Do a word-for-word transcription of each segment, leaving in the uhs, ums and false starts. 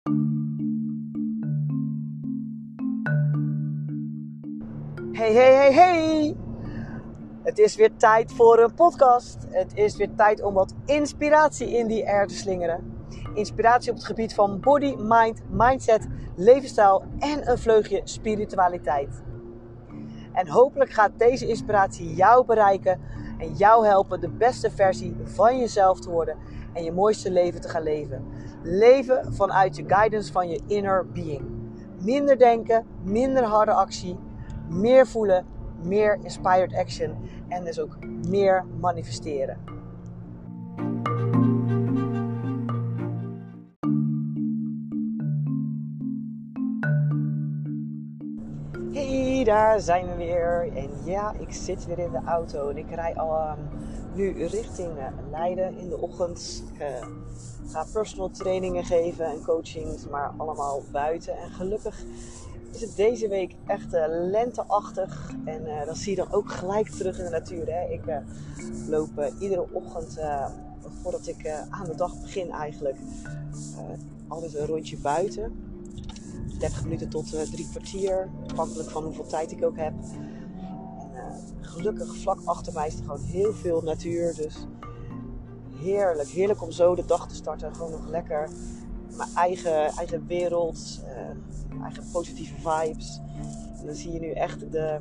Hey, hey, hey, hey! Het is weer tijd voor een podcast. Het is weer tijd om wat inspiratie in die air te slingeren. Inspiratie op het gebied van body, mind, mindset, levensstijl en een vleugje spiritualiteit. En hopelijk gaat deze inspiratie jou bereiken en jou helpen de beste versie van jezelf te worden en je mooiste leven te gaan leven. Leven vanuit je guidance van je inner being. Minder denken, minder harde actie, meer voelen, meer inspired action en dus ook meer manifesteren. Hey, daar zijn we weer. En ja, ik zit weer in de auto en ik rij al um, nu richting uh, Leiden in de ochtend. Ik uh, ga personal trainingen geven en coachings, maar allemaal buiten. En gelukkig is het deze week echt uh, lenteachtig. En uh, dat zie je dan ook gelijk terug in de natuur. Hè? Ik uh, loop uh, iedere ochtend, uh, voordat ik uh, aan de dag begin eigenlijk, uh, altijd een rondje buiten. dertig minuten tot uh, drie kwartier, afhankelijk van hoeveel tijd ik ook heb. En, uh, gelukkig vlak achter mij is er gewoon heel veel natuur. Dus heerlijk, heerlijk om zo de dag te starten. Gewoon nog lekker mijn eigen, eigen wereld, uh, eigen positieve vibes. En dan zie je nu echt de,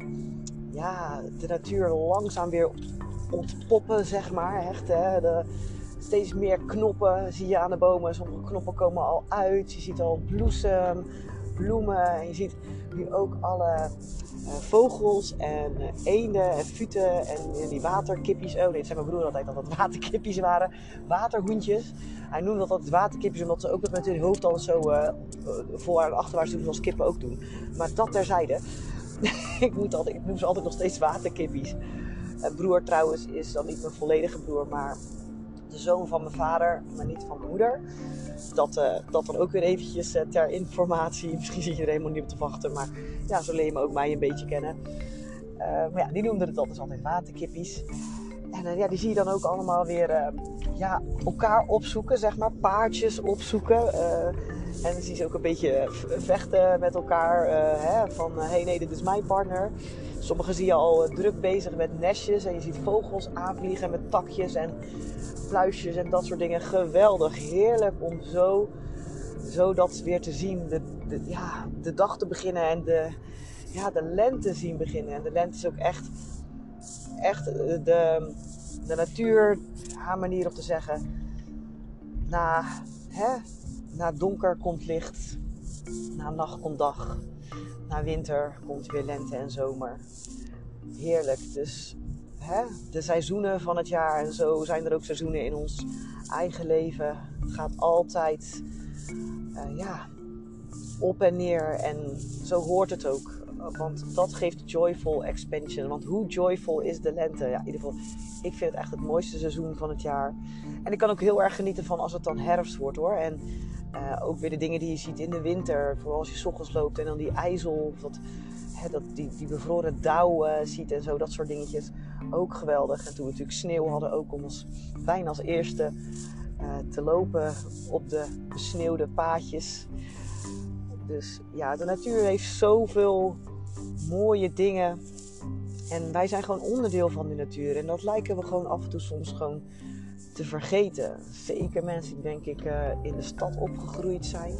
ja, de natuur langzaam weer ontpoppen, zeg maar. Echt, hè? De, steeds meer knoppen zie je aan de bomen. Sommige knoppen komen al uit. Je ziet al bloesem, bloemen. En je ziet nu ook alle uh, vogels en uh, eenden en futen en, en die waterkipjes. Oh nee, het zei mijn broer altijd dat dat waterkipjes waren. Waterhoentjes. Hij noemde dat altijd waterkipjes omdat ze ook met hun hoofd al zo uh, voor- en achterwaarts doen zoals kippen ook doen. Maar dat terzijde. ik, moet altijd, ik noem ze altijd nog steeds waterkipjes. Uh, broer trouwens is dan niet mijn volledige broer, maar de zoon van mijn vader, maar niet van mijn moeder. Dat, uh, dat dan ook weer eventjes uh, ter informatie. Misschien zit je er helemaal niet op te wachten, maar ja, zo leer je me ook mij een beetje kennen. Uh, maar ja, die noemden het altijd, altijd waterkippies. En uh, ja, die zie je dan ook allemaal weer uh, ja, elkaar opzoeken, zeg maar. Paardjes opzoeken. Uh, en dan zie je ze ook een beetje vechten met elkaar. Uh, hè, van, hé uh, hey, nee, dit is mijn partner. Sommigen zie je al uh, druk bezig met nestjes. En je ziet vogels aanvliegen met takjes en pluisjes en dat soort dingen. Geweldig, heerlijk om zo, zo dat weer te zien. De, de, ja, de dag te beginnen en de, ja, de lente zien beginnen. En de lente is ook echt, echt de, de natuur, haar manier om te zeggen. Na, hè, na donker komt licht, na nacht komt dag, na winter komt weer lente en zomer. Heerlijk, dus hè, de seizoenen van het jaar en zo zijn er ook seizoenen in ons eigen leven. Het gaat altijd uh, ja, op en neer en zo hoort het ook. Want dat geeft joyful expansion. Want hoe joyful is de lente? Ja, in ieder geval, ik vind het echt het mooiste seizoen van het jaar. En ik kan ook heel erg genieten van als het dan herfst wordt hoor. En uh, ook weer de dingen die je ziet in de winter. Vooral als je 's ochtends loopt en dan die ijzel, dat, hè, dat, die, die bevroren dauw uh, ziet en zo. Dat soort dingetjes. Ook geweldig. En toen we natuurlijk sneeuw hadden ook om ons bijna als eerste uh, te lopen op de besneeuwde paadjes. Dus ja, de natuur heeft zoveel mooie dingen. En wij zijn gewoon onderdeel van de natuur. En dat lijken we gewoon af en toe soms gewoon te vergeten. Zeker mensen die denk ik uh, in de stad opgegroeid zijn.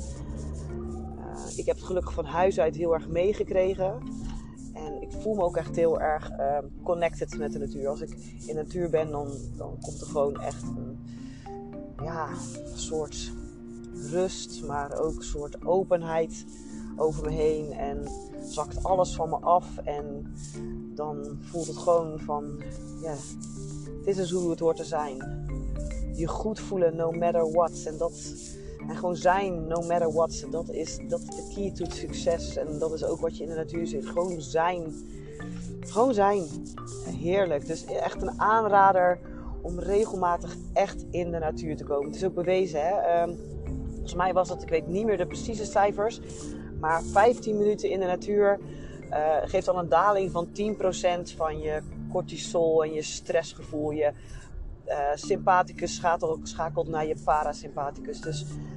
Uh, ik heb het gelukkig van huis uit heel erg meegekregen. En ik voel me ook echt heel erg uh, connected met de natuur. Als ik in de natuur ben, dan, dan komt er gewoon echt een, ja, een soort rust, maar ook een soort openheid over me heen. En zakt alles van me af. En dan voelt het gewoon van, ja, dit is hoe het hoort te zijn. Je goed voelen, no matter what. En, dat, en gewoon zijn, no matter what. Dat is, dat is de key to succes. En dat is ook wat je in de natuur ziet. Gewoon zijn. Gewoon zijn. Heerlijk. Dus echt een aanrader om regelmatig echt in de natuur te komen. Het is ook bewezen, hè. Um, volgens mij was het, ik weet niet meer de precieze cijfers, maar vijftien minuten in de natuur uh, geeft al een daling van tien procent van je cortisol en je stressgevoel. Je uh, sympathicus schakelt, schakelt naar je parasympathicus. Dus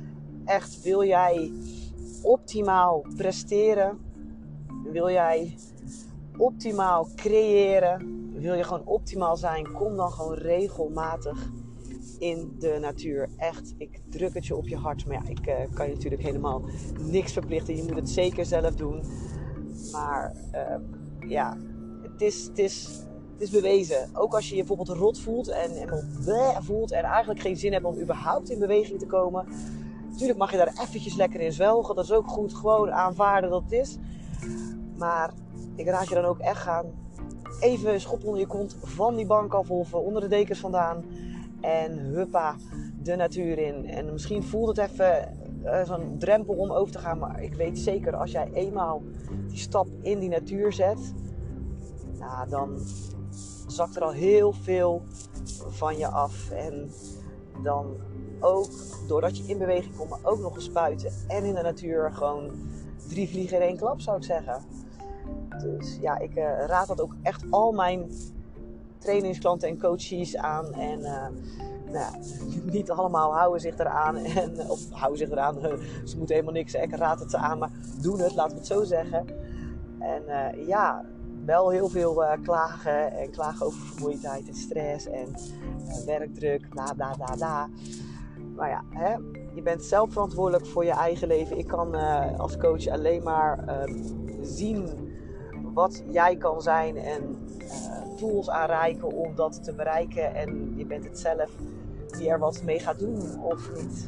echt, wil jij optimaal presteren? Wil jij optimaal creëren? Wil je gewoon optimaal zijn? Kom dan gewoon regelmatig in de natuur. Echt, ik druk het je op je hart. Maar ja, ik uh, kan je natuurlijk helemaal niks verplichten. Je moet het zeker zelf doen. Maar uh, ja, het is, het, is, het is bewezen. Ook als je je bijvoorbeeld rot voelt en, en bleh voelt en eigenlijk geen zin hebt om überhaupt in beweging te komen. Natuurlijk mag je daar eventjes lekker in zwelgen. Dat is ook goed. Gewoon aanvaarden dat het is. Maar ik raad je dan ook echt aan. Even schop onder je kont van die bank af of onder de dekens vandaan. En huppa, de natuur in. En misschien voelt het even uh, zo'n drempel om over te gaan. Maar ik weet zeker, als jij eenmaal die stap in die natuur zet. Nou, dan zakt er al heel veel van je af. En dan ook, doordat je in beweging komt, maar ook nog eens buiten. En in de natuur gewoon drie vliegen in één klap, zou ik zeggen. Dus ja, ik uh, raad dat ook echt al mijn trainingsklanten en coaches aan. En uh, nou ja, niet allemaal houden zich eraan. En, of houden zich eraan. Ze moeten helemaal niks. Ik raad het ze aan. Maar doen het, laten we het zo zeggen. En uh, ja, wel heel veel uh, klagen. En klagen over vermoeidheid en stress. En uh, werkdruk. Bla bla bla bla. Maar ja, hè, je bent zelf verantwoordelijk voor je eigen leven. Ik kan uh, als coach alleen maar uh, zien wat jij kan zijn. En uh, tools aanreiken om dat te bereiken. En je bent het zelf die er wat mee gaat doen of niet.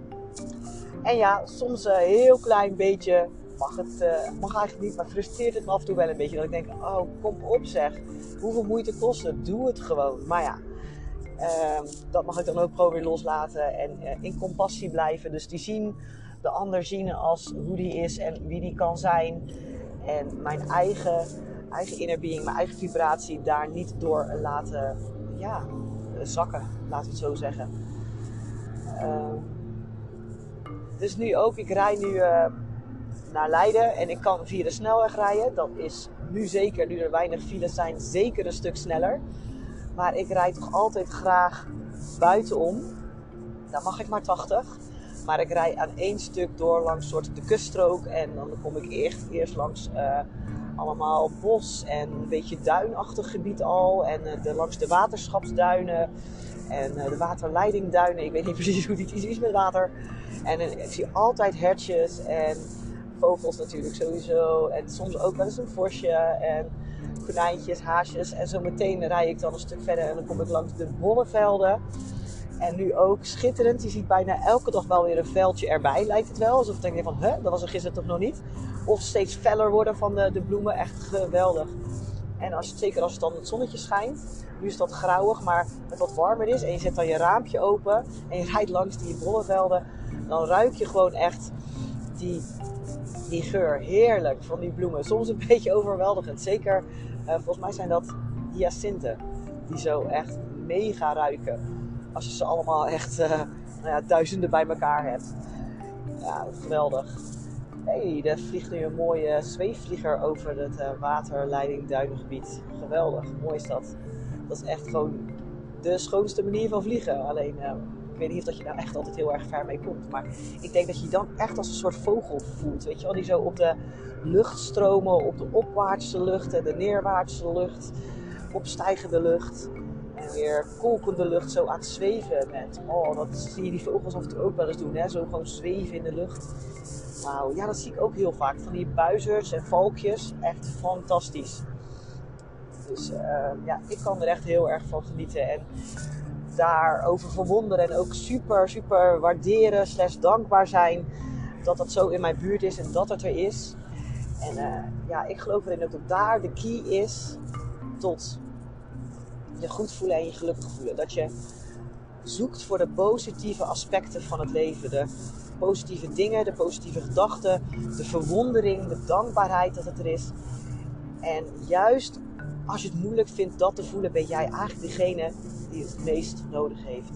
En ja, soms een heel klein beetje mag het uh, mag eigenlijk niet, maar frustreert het me af en toe wel een beetje. Dat ik denk, oh kom op zeg, hoeveel moeite kost het? Doe het gewoon. Maar ja, uh, dat mag ik dan ook gewoon weer loslaten en uh, in compassie blijven. Dus die zien, de ander zien als hoe die is en wie die kan zijn. En mijn eigen, eigen inner being, mijn eigen vibratie daar niet door laten ja, zakken, laten we het zo zeggen. Uh, dus nu ook, ik rij nu uh, naar Leiden en ik kan via de snelweg rijden. Dat is nu zeker, nu er weinig files zijn, zeker een stuk sneller. Maar ik rijd toch altijd graag buitenom. Dan mag ik maar tachtig. Maar ik rij aan één stuk door langs soort de kuststrook. En dan kom ik eerst, eerst langs uh, allemaal bos en een beetje duinachtig gebied al. En uh, de, langs de waterschapsduinen en uh, de waterleidingduinen. Ik weet niet precies hoe die is met water. En uh, ik zie altijd hertjes en vogels natuurlijk sowieso. En soms ook wel eens een vosje en konijntjes, haasjes. En zo meteen rij ik dan een stuk verder en dan kom ik langs de bollevelden. En nu ook schitterend. Je ziet bijna elke dag wel weer een veldje erbij, lijkt het wel. Alsof ik denk van, hè, dat was er gisteren toch nog niet. Of steeds feller worden van de, de bloemen. Echt geweldig. En als, zeker als het dan het zonnetje schijnt. Nu is dat grauwig, maar het wat warmer is. En je zet dan je raampje open. En je rijdt langs die bollevelden. Dan ruik je gewoon echt die, die geur. Heerlijk van die bloemen. Soms een beetje overweldigend. Zeker, uh, volgens mij zijn dat hyacinten. Die zo echt mega ruiken. Als je ze allemaal echt uh, nou ja, duizenden bij elkaar hebt. Ja, geweldig. Hé, hey, er vliegt nu een mooie zweefvlieger over het uh, waterleiding-duinengebied. Geweldig, mooi is dat. Dat is echt gewoon de schoonste manier van vliegen. Alleen, uh, ik weet niet of dat je daar echt altijd heel erg ver mee komt. Maar ik denk dat je dan echt als een soort vogel voelt. Weet je wel, die zo op de lucht stromen, op de opwaartse lucht en de neerwaartse lucht. Opstijgende lucht. En weer kolkende lucht zo aan het zweven met, oh, dat zie je die vogels af en toe ook wel eens doen, hè? Zo gewoon zweven in de lucht. Wauw, ja, dat zie ik ook heel vaak. Van die buizerds en valkjes, echt fantastisch. Dus uh, ja, ik kan er echt heel erg van genieten en daarover verwonderen en ook super, super waarderen slash dankbaar zijn dat dat zo in mijn buurt is en dat het er is. En uh, ja, ik geloof erin dat ook daar de key is tot je goed voelen en je gelukkig voelen. Dat je zoekt voor de positieve aspecten van het leven. De positieve dingen, de positieve gedachten, de verwondering, de dankbaarheid dat het er is. En juist als je het moeilijk vindt dat te voelen, ben jij eigenlijk degene die het meest nodig heeft.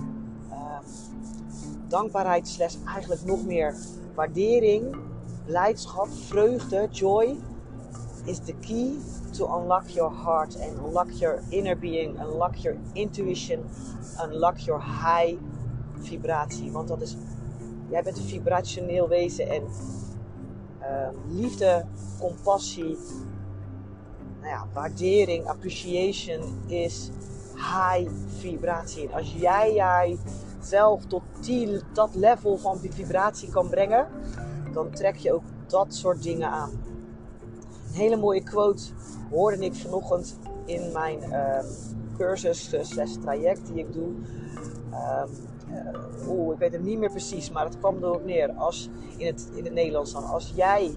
Uh, dankbaarheid slash eigenlijk nog meer waardering, blijdschap, vreugde, joy is the key to unlock your heart and unlock your inner being, unlock your intuition, unlock your high vibratie. Want dat is jij bent een vibrationeel wezen en uh, liefde, compassie, nou ja, waardering, appreciation is high vibratie. En als jij jij zelf tot die, dat level van vibratie kan brengen, dan trek je ook dat soort dingen aan. Een hele mooie quote hoorde ik vanochtend in mijn uh, cursus uh, slash traject die ik doe. Uh, uh, Oeh, ik weet het niet meer precies, maar het kwam erop neer. Als, in, het, in het Nederlands dan. Als jij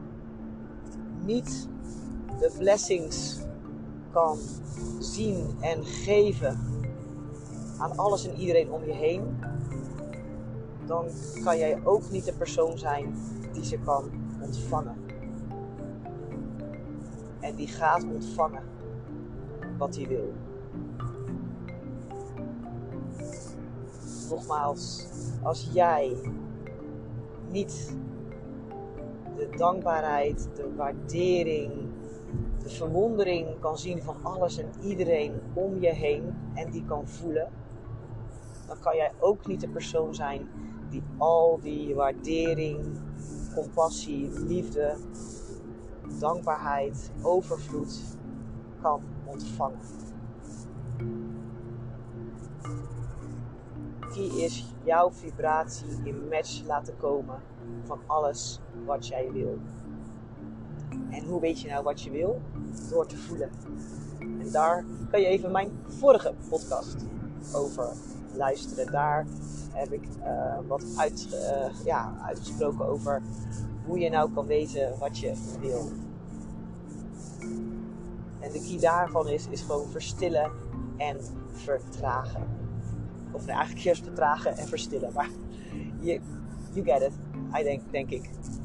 niet de blessings kan zien en geven aan alles en iedereen om je heen, dan kan jij ook niet de persoon zijn die ze kan ontvangen. En die gaat ontvangen wat hij wil. Nogmaals, als jij niet de dankbaarheid, de waardering, de verwondering kan zien van alles en iedereen om je heen en die kan voelen, dan kan jij ook niet de persoon zijn die al die waardering, compassie, liefde, dankbaarheid, overvloed kan ontvangen. Die is jouw vibratie in match laten komen van alles wat jij wil. En hoe weet je nou wat je wil? Door te voelen. En daar kan je even mijn vorige podcast over luisteren. Daar heb ik uh, wat uit, uh, ja, uitgesproken over hoe je nou kan weten wat je wil. En de key daarvan is, is gewoon verstillen en vertragen. Of nou, eigenlijk eerst vertragen en verstillen. Maar you, you get it, I denk, denk ik.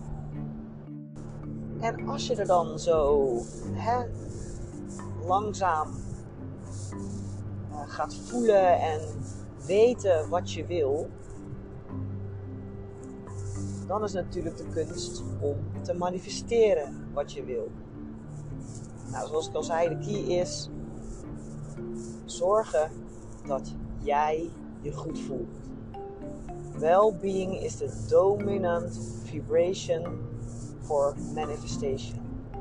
En als je er dan zo hè, langzaam uh, gaat voelen en weten wat je wil, dan is natuurlijk de kunst om te manifesteren wat je wil. Nou, zoals ik al zei, de key is zorgen dat jij je goed voelt. Well-being is the dominant vibration for manifestation.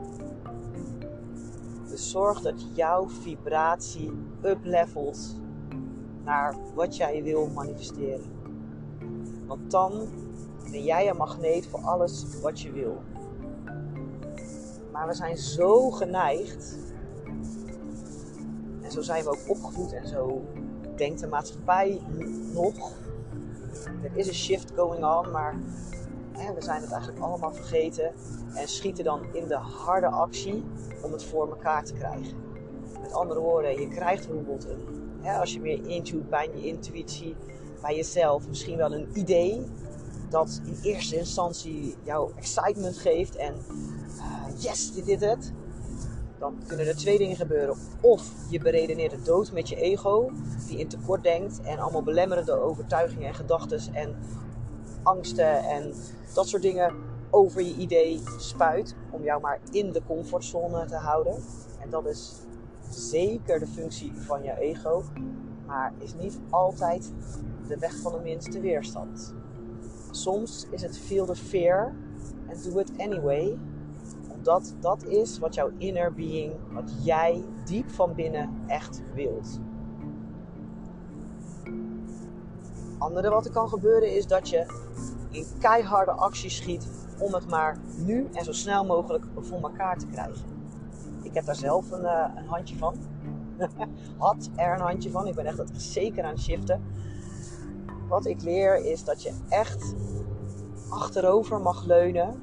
Dus zorg dat jouw vibratie uplevelt naar wat jij wil manifesteren. Want dan ben jij een magneet voor alles wat je wil. Maar we zijn zo geneigd, en zo zijn we ook opgevoed en zo denkt de maatschappij nog. Er is een shift going on, maar hè, we zijn het eigenlijk allemaal vergeten en schieten dan in de harde actie om het voor elkaar te krijgen. Met andere woorden, je krijgt bijvoorbeeld een, hè, als je meer intuït bij je intuïtie, bij jezelf, misschien wel een idee dat in eerste instantie jou excitement geeft en uh, yes, dit is het. Dan kunnen er twee dingen gebeuren. Of je beredeneert het dood met je ego, die in tekort denkt en allemaal belemmerende overtuigingen en gedachten en angsten en dat soort dingen over je idee spuit om jou maar in de comfortzone te houden. En dat is zeker de functie van je ego, maar is niet altijd de weg van de minste weerstand. Soms is het feel the fear and do it anyway. Omdat dat is wat jouw inner being, wat jij diep van binnen echt wilt. Andere wat er kan gebeuren is dat je in keiharde actie schiet om het maar nu en zo snel mogelijk voor elkaar te krijgen. Ik heb daar zelf een, uh, een handje van. Had er een handje van. Ik ben echt zeker aan het shiften. Wat ik leer is dat je echt achterover mag leunen.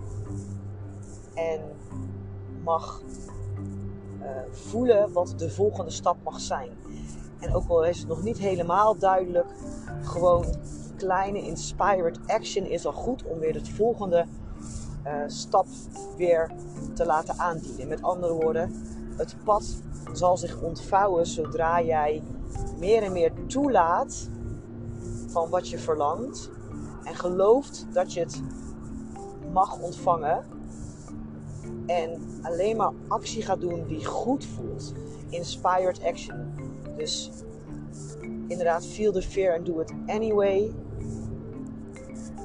En mag uh, voelen wat de volgende stap mag zijn. En ook al is het nog niet helemaal duidelijk, gewoon kleine inspired action is al goed om weer het volgende uh, stap weer te laten aandienen. Met andere woorden, het pad zal zich ontvouwen zodra jij meer en meer toelaat van wat je verlangt. En gelooft dat je het mag ontvangen. En alleen maar actie gaat doen die goed voelt. Inspired action. Dus inderdaad, feel the fear and do it anyway.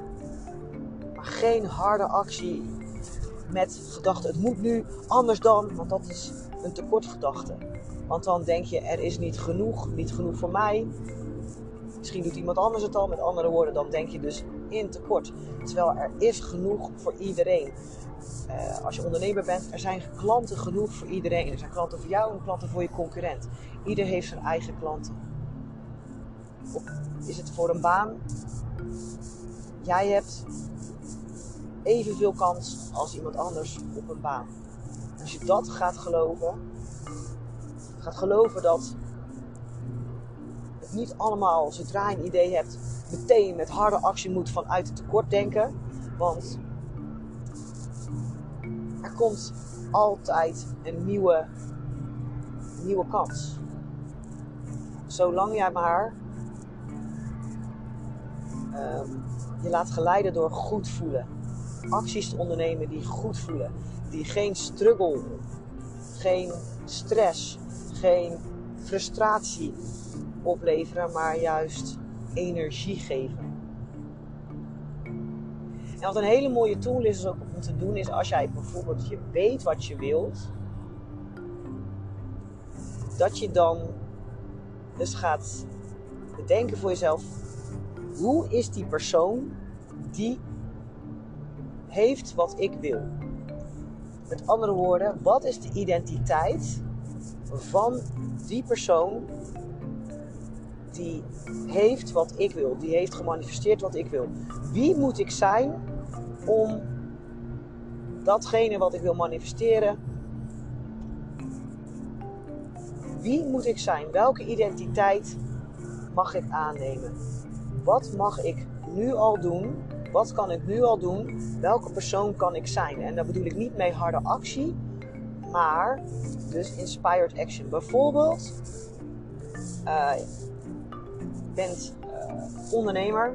Geen harde actie met gedachte, het moet nu, anders dan. Want dat is een tekortgedachte. Want dan denk je, er is niet genoeg, niet genoeg voor mij. Misschien doet iemand anders het al. Met andere woorden, dan denk je dus in tekort. Terwijl er is genoeg voor iedereen. Uh, als je ondernemer bent, er zijn klanten genoeg voor iedereen. Er zijn klanten voor jou en klanten voor je concurrent. Ieder heeft zijn eigen klanten. Of is het voor een baan? Jij hebt evenveel kans als iemand anders op een baan. Als je dat gaat geloven, gaat geloven dat het niet allemaal, zodra je een idee hebt, meteen met harde actie moet vanuit het tekort denken. Want er komt altijd een nieuwe, nieuwe kans. Zolang jij maar um, je laat geleiden door goed voelen. Acties te ondernemen die goed voelen. Die geen struggle, geen stress, geen frustratie opleveren, maar juist energie geven. En wat een hele mooie tool is, is ook om te doen, is als jij bijvoorbeeld je weet wat je wilt, dat je dan dus gaat bedenken voor jezelf, hoe is die persoon die heeft wat ik wil? Met andere woorden, wat is de identiteit van die persoon die heeft wat ik wil, die heeft gemanifesteerd wat ik wil? Wie moet ik zijn om datgene wat ik wil manifesteren? Wie moet ik zijn? Welke identiteit mag ik aannemen? Wat mag ik nu al doen? Wat kan ik nu al doen? Welke persoon kan ik zijn? En daar bedoel ik niet mee harde actie, maar dus inspired action. Bijvoorbeeld, uh, je bent uh, ondernemer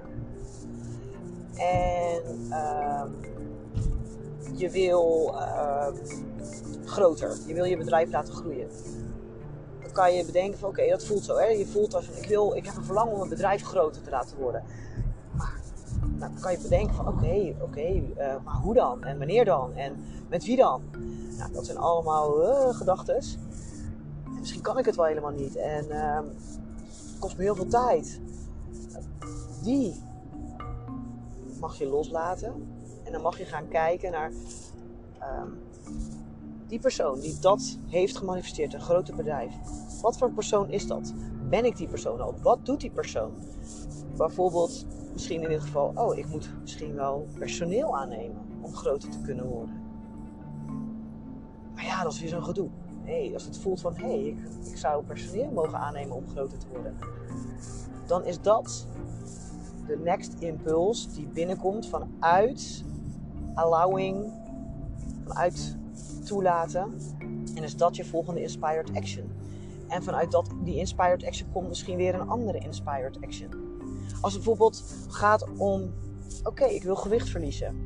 en uh, je wil uh, groter. Je wil je bedrijf laten groeien. Dan kan je bedenken van oké, okay, dat voelt zo. Hè? Je voelt als van ik, wil, ik heb een verlangen om een bedrijf groter te laten worden. Maar nou, dan kan je bedenken van oké, okay, oké, okay, uh, maar hoe dan? En wanneer dan? En met wie dan? Nou, dat zijn allemaal uh, gedachtes. En misschien kan ik het wel helemaal niet. En uh, het kost me heel veel tijd. Die mag je loslaten. En dan mag je gaan kijken naar uh, die persoon die dat heeft gemanifesteerd. Een grote bedrijf. Wat voor persoon is dat? Ben ik die persoon al? Wat doet die persoon? Bijvoorbeeld, misschien in dit geval, oh, ik moet misschien wel personeel aannemen om groter te kunnen worden. Maar ja, dat is weer zo'n gedoe. Nee, als het voelt van, hé, hey, ik, ik zou personeel mogen aannemen om groter te worden. Dan is dat de next impulse die binnenkomt vanuit allowing, vanuit toelaten. En is dat je volgende inspired action. En vanuit dat, die inspired action komt misschien weer een andere inspired action. Als het bijvoorbeeld gaat om, oké, okay, ik wil gewicht verliezen.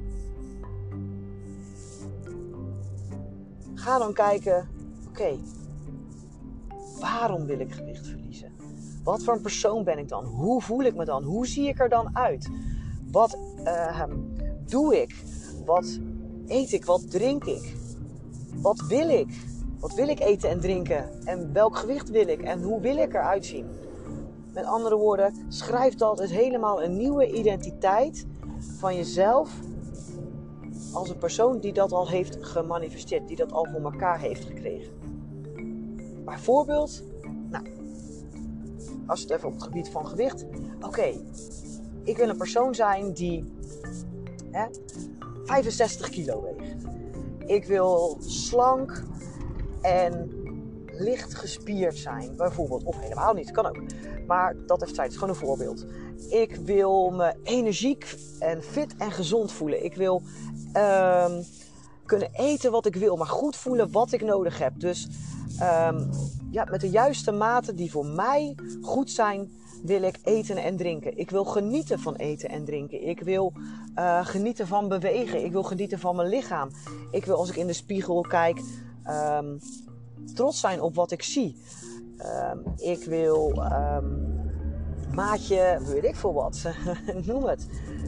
Ga dan kijken, oké, okay, waarom wil ik gewicht verliezen? Wat voor een persoon ben ik dan? Hoe voel ik me dan? Hoe zie ik er dan uit? Wat uh, doe ik? Wat eet ik? Wat drink ik? Wat wil ik? Wat wil ik eten en drinken? En welk gewicht wil ik? En hoe wil ik eruit zien? Met andere woorden, schrijf dat is helemaal een nieuwe identiteit van jezelf als een persoon die dat al heeft gemanifesteerd, die dat al voor elkaar heeft gekregen. Bijvoorbeeld, nou, als we het even op het gebied van gewicht, oké, okay, ik wil een persoon zijn die hè, vijfenzestig kilo weegt. Ik wil slank en licht gespierd zijn, bijvoorbeeld. Of helemaal niet, kan ook. Maar dat heeft tijd, het is gewoon een voorbeeld. Ik wil me energiek en fit en gezond voelen. Ik wil um, kunnen eten wat ik wil, maar goed voelen wat ik nodig heb. Dus um, ja, met de juiste maten die voor mij goed zijn, wil ik eten en drinken. Ik wil genieten van eten en drinken. Ik wil uh, genieten van bewegen. Ik wil genieten van mijn lichaam. Ik wil als ik in de spiegel kijk um, trots zijn op wat ik zie. Um, ik wil um, maatje, weet ik veel wat, noem het.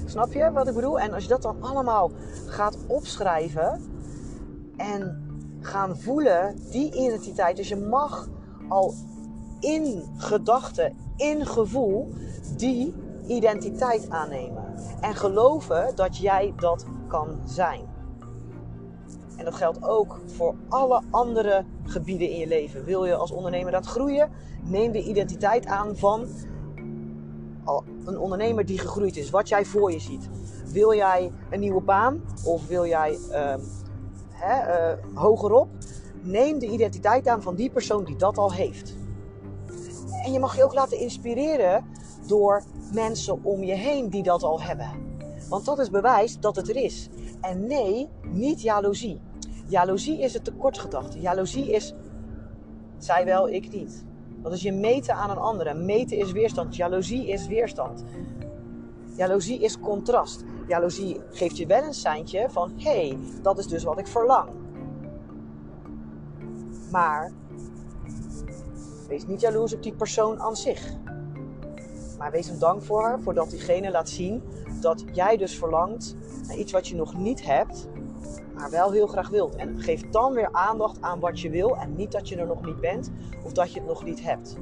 Snap je wat ik bedoel? En als je dat dan allemaal gaat opschrijven en gaan voelen, die identiteit. Dus je mag al in gedachten, in gevoel, die identiteit aannemen. En geloven dat jij dat kan zijn. En dat geldt ook voor alle andere gebieden in je leven. Wil je als ondernemer dat groeien? Neem de identiteit aan van een ondernemer die gegroeid is. Wat jij voor je ziet. Wil jij een nieuwe baan? Of wil jij uh, hè, uh, hogerop? Neem de identiteit aan van die persoon die dat al heeft. En je mag je ook laten inspireren door mensen om je heen die dat al hebben. Want dat is bewijs dat het er is. En nee, niet jaloezie. Jaloezie is het tekortgedachte. Jaloezie is, zij wel, ik niet. Dat is je meten aan een andere. Meten is weerstand. Jaloezie is weerstand. Jaloezie is contrast. Jaloezie geeft je wel een seintje van, hé, hey, dat is dus wat ik verlang. Maar wees niet jaloers op die persoon aan zich. Maar wees hem dank voor haar, voordat diegene laat zien dat jij dus verlangt naar iets wat je nog niet hebt, maar wel heel graag wilt. En geef dan weer aandacht aan wat je wil en niet dat je er nog niet bent of dat je het nog niet hebt.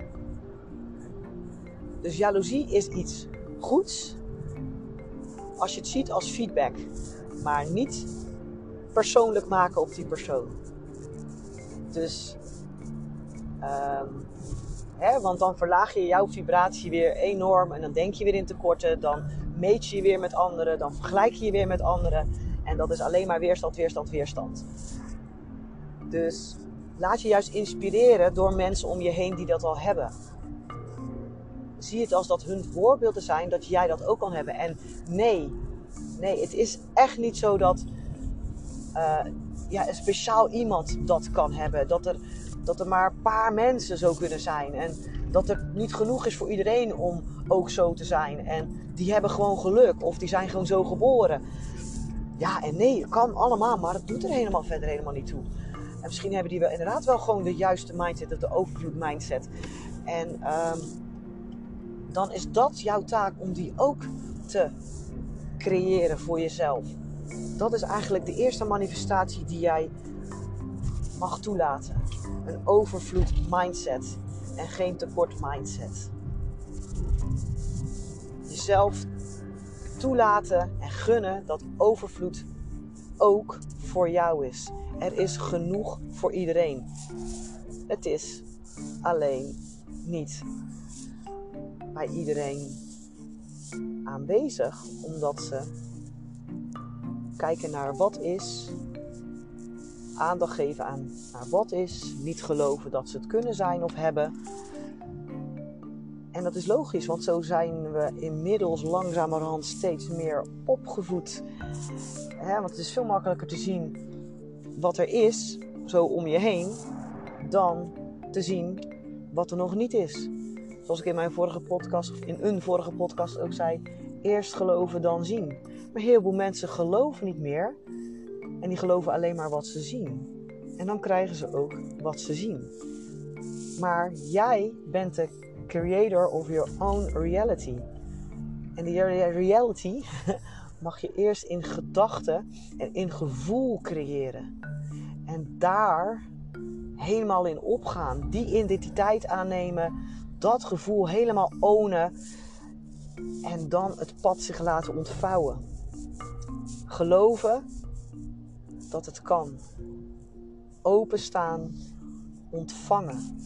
Dus jaloezie is iets goeds als je het ziet als feedback, maar niet persoonlijk maken op die persoon. Dus, um, hè, want dan verlaag je jouw vibratie weer enorm en dan denk je weer in tekorten, dan meet je je weer met anderen, dan vergelijk je je weer met anderen en dat is alleen maar weerstand, weerstand, weerstand. Dus laat je juist inspireren door mensen om je heen die dat al hebben. Zie het als dat hun voorbeelden zijn, dat jij dat ook kan hebben. En nee, nee, het is echt niet zo dat uh, ja, een speciaal iemand dat kan hebben. Dat er, dat er maar een paar mensen zo kunnen zijn. En dat het niet genoeg is voor iedereen om ook zo te zijn. En die hebben gewoon geluk of die zijn gewoon zo geboren. Ja en nee, het kan allemaal, maar het doet er helemaal verder helemaal niet toe. En misschien hebben die wel inderdaad wel gewoon de juiste mindset, of de overvloed mindset. En um, dan is dat jouw taak om die ook te creëren voor jezelf. Dat is eigenlijk de eerste manifestatie die jij mag toelaten. Een overvloed mindset en geen tekort mindset. Jezelf toelaten en gunnen dat overvloed ook voor jou is. Er is genoeg voor iedereen. Het is alleen niet bij iedereen aanwezig, omdat ze kijken naar wat is, aandacht geven aan naar wat is, niet geloven dat ze het kunnen zijn of hebben. En dat is logisch, want zo zijn we inmiddels langzamerhand steeds meer opgevoed. He, want het is veel makkelijker te zien wat er is, zo om je heen, dan te zien wat er nog niet is. Zoals ik in mijn vorige podcast, of in een vorige podcast ook zei, eerst geloven dan zien. Maar heel veel mensen geloven niet meer en die geloven alleen maar wat ze zien. En dan krijgen ze ook wat ze zien. Maar jij bent de creator of your own reality. En die reality mag je eerst in gedachten en in gevoel creëren. En daar helemaal in opgaan. Die identiteit aannemen. Dat gevoel helemaal ownen. En dan het pad zich laten ontvouwen. Geloven dat het kan. Openstaan. Ontvangen.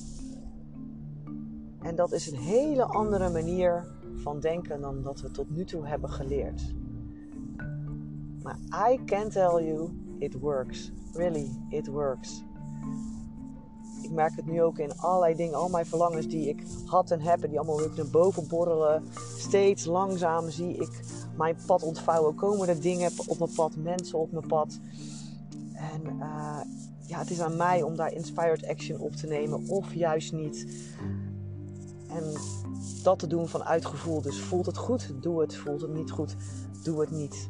En dat is een hele andere manier van denken dan dat we tot nu toe hebben geleerd. Maar I can tell you, it works. Really, it works. Ik merk het nu ook in allerlei dingen. Al mijn verlangens die ik had en heb, die allemaal weer naar boven borrelen. Steeds langzaam zie ik mijn pad ontvouwen. Komen er dingen op mijn pad, mensen op mijn pad. En uh, ja, het is aan mij om daar inspired action op te nemen of juist niet. En dat te doen vanuit gevoel. Dus voelt het goed, doe het. Voelt het niet goed, doe het niet.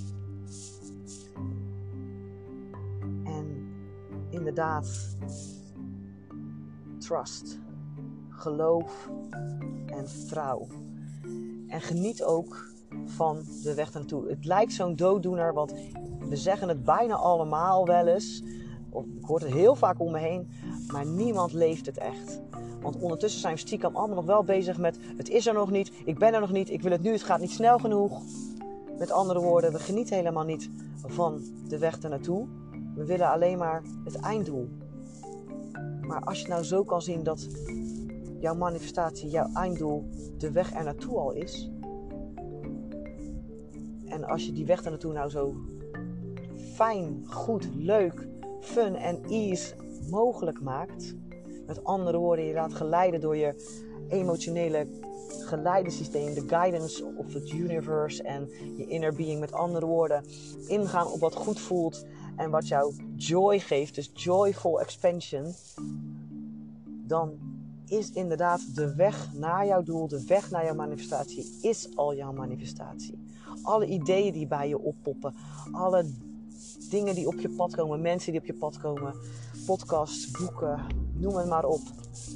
En inderdaad, trust, geloof en vertrouw. En geniet ook van de weg naartoe. Het lijkt zo'n dooddoener, want we zeggen het bijna allemaal wel eens. Of ik hoor het heel vaak om me heen, maar niemand leeft het echt. Want ondertussen zijn we stiekem allemaal nog wel bezig met het is er nog niet, ik ben er nog niet, ik wil het nu, het gaat niet snel genoeg. Met andere woorden, we genieten helemaal niet van de weg ernaartoe. We willen alleen maar het einddoel. Maar als je nou zo kan zien dat jouw manifestatie, jouw einddoel, de weg er naartoe al is. En als je die weg er naartoe nou zo fijn, goed, leuk, fun en ease mogelijk maakt. Met andere woorden, je laat geleiden door je emotionele geleidensysteem, de guidance of het universe en je inner being. Met andere woorden, ingaan op wat goed voelt en wat jou joy geeft, dus joyful expansion. Dan is inderdaad de weg naar jouw doel, de weg naar jouw manifestatie, is al jouw manifestatie. Alle ideeën die bij je oppoppen, alle dingen die op je pad komen, mensen die op je pad komen, podcasts, boeken, noem het maar op.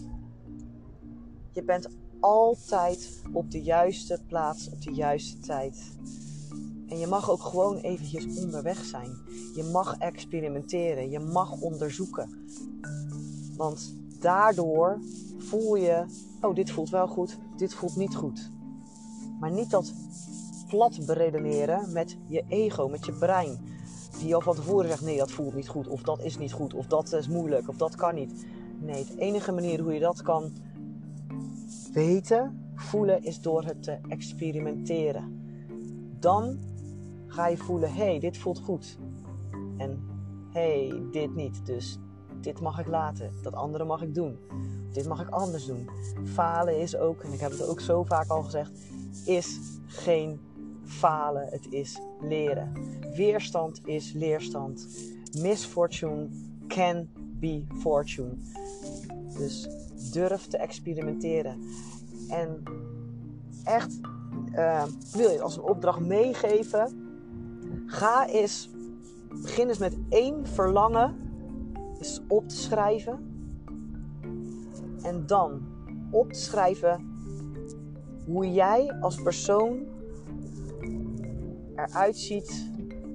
Je bent altijd op de juiste plaats, op de juiste tijd. En je mag ook gewoon eventjes onderweg zijn. Je mag experimenteren, je mag onderzoeken. Want daardoor voel je, oh, dit voelt wel goed, dit voelt niet goed. Maar niet dat plat beredeneren met je ego, met je brein. Die al van tevoren zegt, nee, dat voelt niet goed, of dat is niet goed, of dat is moeilijk, of dat kan niet. Nee, de enige manier hoe je dat kan weten, voelen, is door het te experimenteren. Dan ga je voelen, hé, hey, dit voelt goed. En hé, hey, dit niet, dus dit mag ik laten, dat andere mag ik doen. Dit mag ik anders doen. Falen is ook, en ik heb het ook zo vaak al gezegd, is geen falen, het is leren. Weerstand is leerstand. Misfortune can be fortune. Dus durf te experimenteren. En echt, uh, wil je het als een opdracht meegeven? Ga eens, begin eens met één verlangen eens op te schrijven. En dan op te schrijven hoe jij als persoon eruit ziet,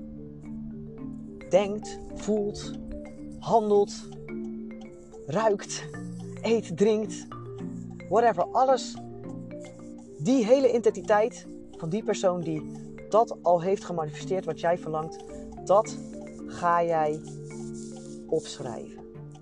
denkt, voelt, handelt, ruikt, eet, drinkt, whatever. Alles, die hele identiteit van die persoon die dat al heeft gemanifesteerd wat jij verlangt, dat ga jij opschrijven.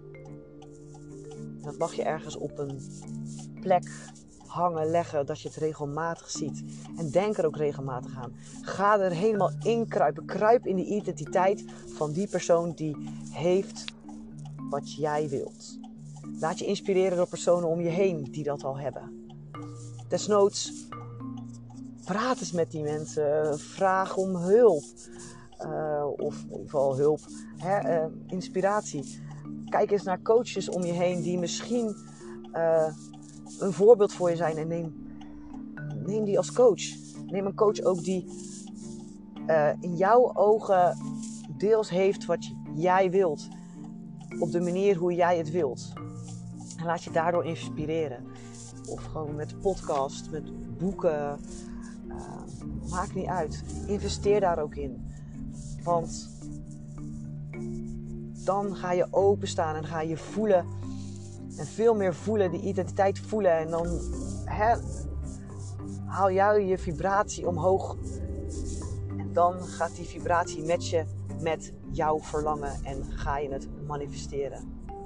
Dat mag je ergens op een plek hangen, leggen, dat je het regelmatig ziet. En denk er ook regelmatig aan. Ga er helemaal in kruipen. Kruip in de identiteit van die persoon die heeft wat jij wilt. Laat je inspireren door personen om je heen die dat al hebben. Desnoods, praat eens met die mensen. Vraag om hulp. Uh, of in ieder geval hulp. Hè, uh, inspiratie. Kijk eens naar coaches om je heen die misschien uh, een voorbeeld voor je zijn. En neem, neem die als coach. Neem een coach ook die uh, in jouw ogen deels heeft wat jij wilt. Op de manier hoe jij het wilt. En laat je daardoor inspireren. Of gewoon met podcast, met boeken. Uh, maakt niet uit. Investeer daar ook in. Want dan ga je openstaan en ga je voelen. En veel meer voelen, die identiteit voelen. En dan hè, haal jij je vibratie omhoog. En dan gaat die vibratie matchen met jouw verlangen. En ga je het manifesteren.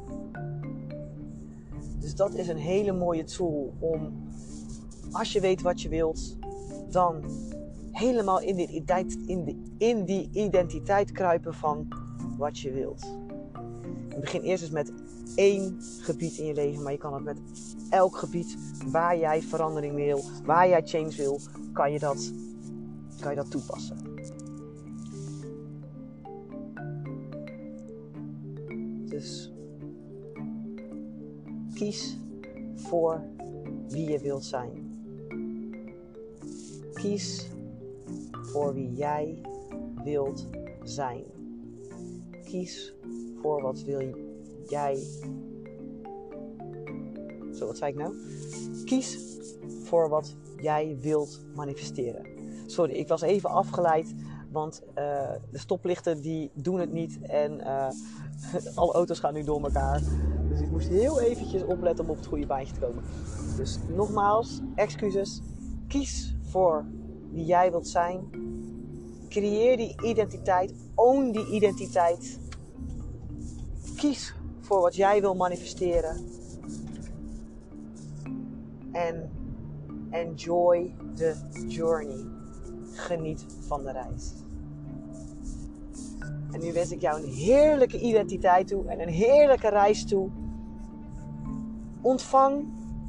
Dus dat is een hele mooie tool om, als je weet wat je wilt, dan helemaal in die identiteit, in die, in die identiteit kruipen van wat je wilt. En begin eerst eens met één gebied in je leven, maar je kan het met elk gebied waar jij verandering wil, waar jij change wil, kan je dat, kan je dat toepassen. Dus kies voor wie je wilt zijn. Kies voor wie jij wilt zijn. Kies voor wat wil jij. Zo, wat zei ik nou? Kies voor wat jij wilt manifesteren. sorry, ik was even afgeleid. Want uh, de stoplichten die doen het niet. En uh, alle auto's gaan nu door elkaar. Dus ik moest heel eventjes opletten om op het goede baantje te komen. Dus nogmaals, excuses. Kies voor wie jij wilt zijn. Creëer die identiteit. Own die identiteit. Kies voor wat jij wil manifesteren. En enjoy the journey. Geniet van de reis. En nu wens ik jou een heerlijke identiteit toe. En een heerlijke reis toe. Ontvang.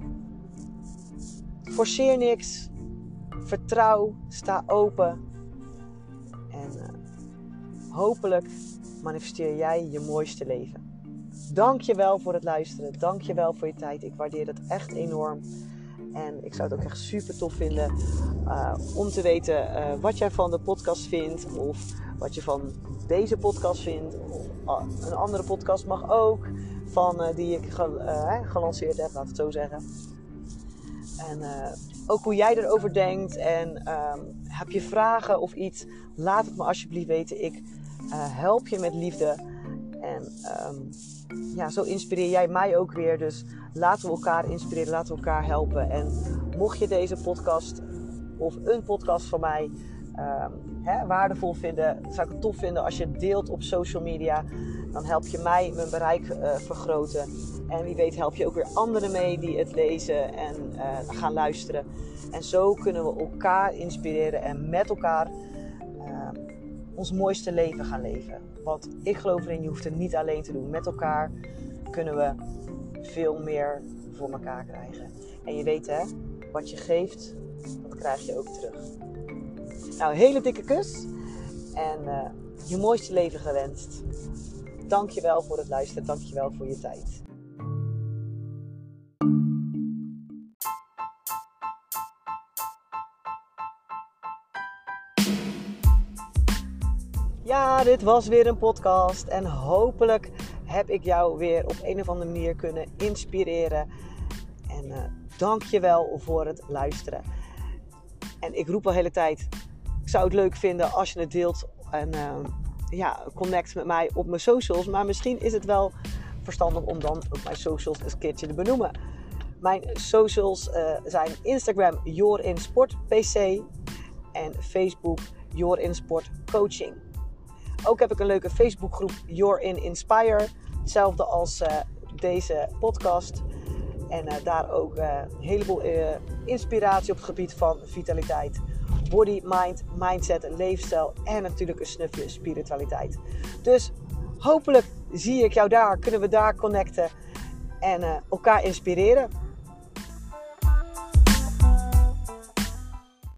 Forceer niks. Vertrouw. Sta open. En uh, hopelijk manifesteer jij je mooiste leven. Dank je wel voor het luisteren. Dank je wel voor je tijd. Ik waardeer het echt enorm. En ik zou het ook echt super tof vinden uh, om te weten uh, wat jij van de podcast vindt. Of wat je van deze podcast vindt. Of uh, een andere podcast mag ook. Van, uh, die ik ge, uh, gelanceerd heb, laat het zo zeggen. En uh, ook hoe jij erover denkt. En um, heb je vragen of iets. Laat het me alsjeblieft weten. Ik uh, help je met liefde. En um, ja, zo inspireer jij mij ook weer. Dus laten we elkaar inspireren, laten we elkaar helpen. En mocht je deze podcast of een podcast van mij um, hè, waardevol vinden, zou ik het tof vinden als je het deelt op social media. Dan help je mij mijn bereik uh, vergroten. En wie weet help je ook weer anderen mee die het lezen en uh, gaan luisteren. En zo kunnen we elkaar inspireren en met elkaar uh, ons mooiste leven gaan leven. Want ik geloof erin, je hoeft het niet alleen te doen. Met elkaar kunnen we veel meer voor elkaar krijgen. En je weet hè, wat je geeft, dat krijg je ook terug. Nou, een hele dikke kus. En uh, je mooiste leven gewenst. Dank je wel voor het luisteren. Dank je wel voor je tijd. Ja, dit was weer een podcast. En hopelijk heb ik jou weer op een of andere manier kunnen inspireren. En uh, dank je wel voor het luisteren. En ik roep al de hele tijd, ik zou het leuk vinden als je het deelt. En uh, ja, connect met mij op mijn socials. Maar misschien is het wel verstandig om dan op mijn socials eens een keertje te benoemen. Mijn socials uh, zijn Instagram YourInSportPC en Facebook YourInSport Coaching. Ook heb ik een leuke Facebookgroep You're in Inspire. Hetzelfde als uh, deze podcast. En uh, daar ook uh, een heleboel uh, inspiratie op het gebied van vitaliteit. Body, mind, mindset, leefstijl en natuurlijk een snufje spiritualiteit. Dus hopelijk zie ik jou daar. Kunnen we daar connecten en uh, elkaar inspireren.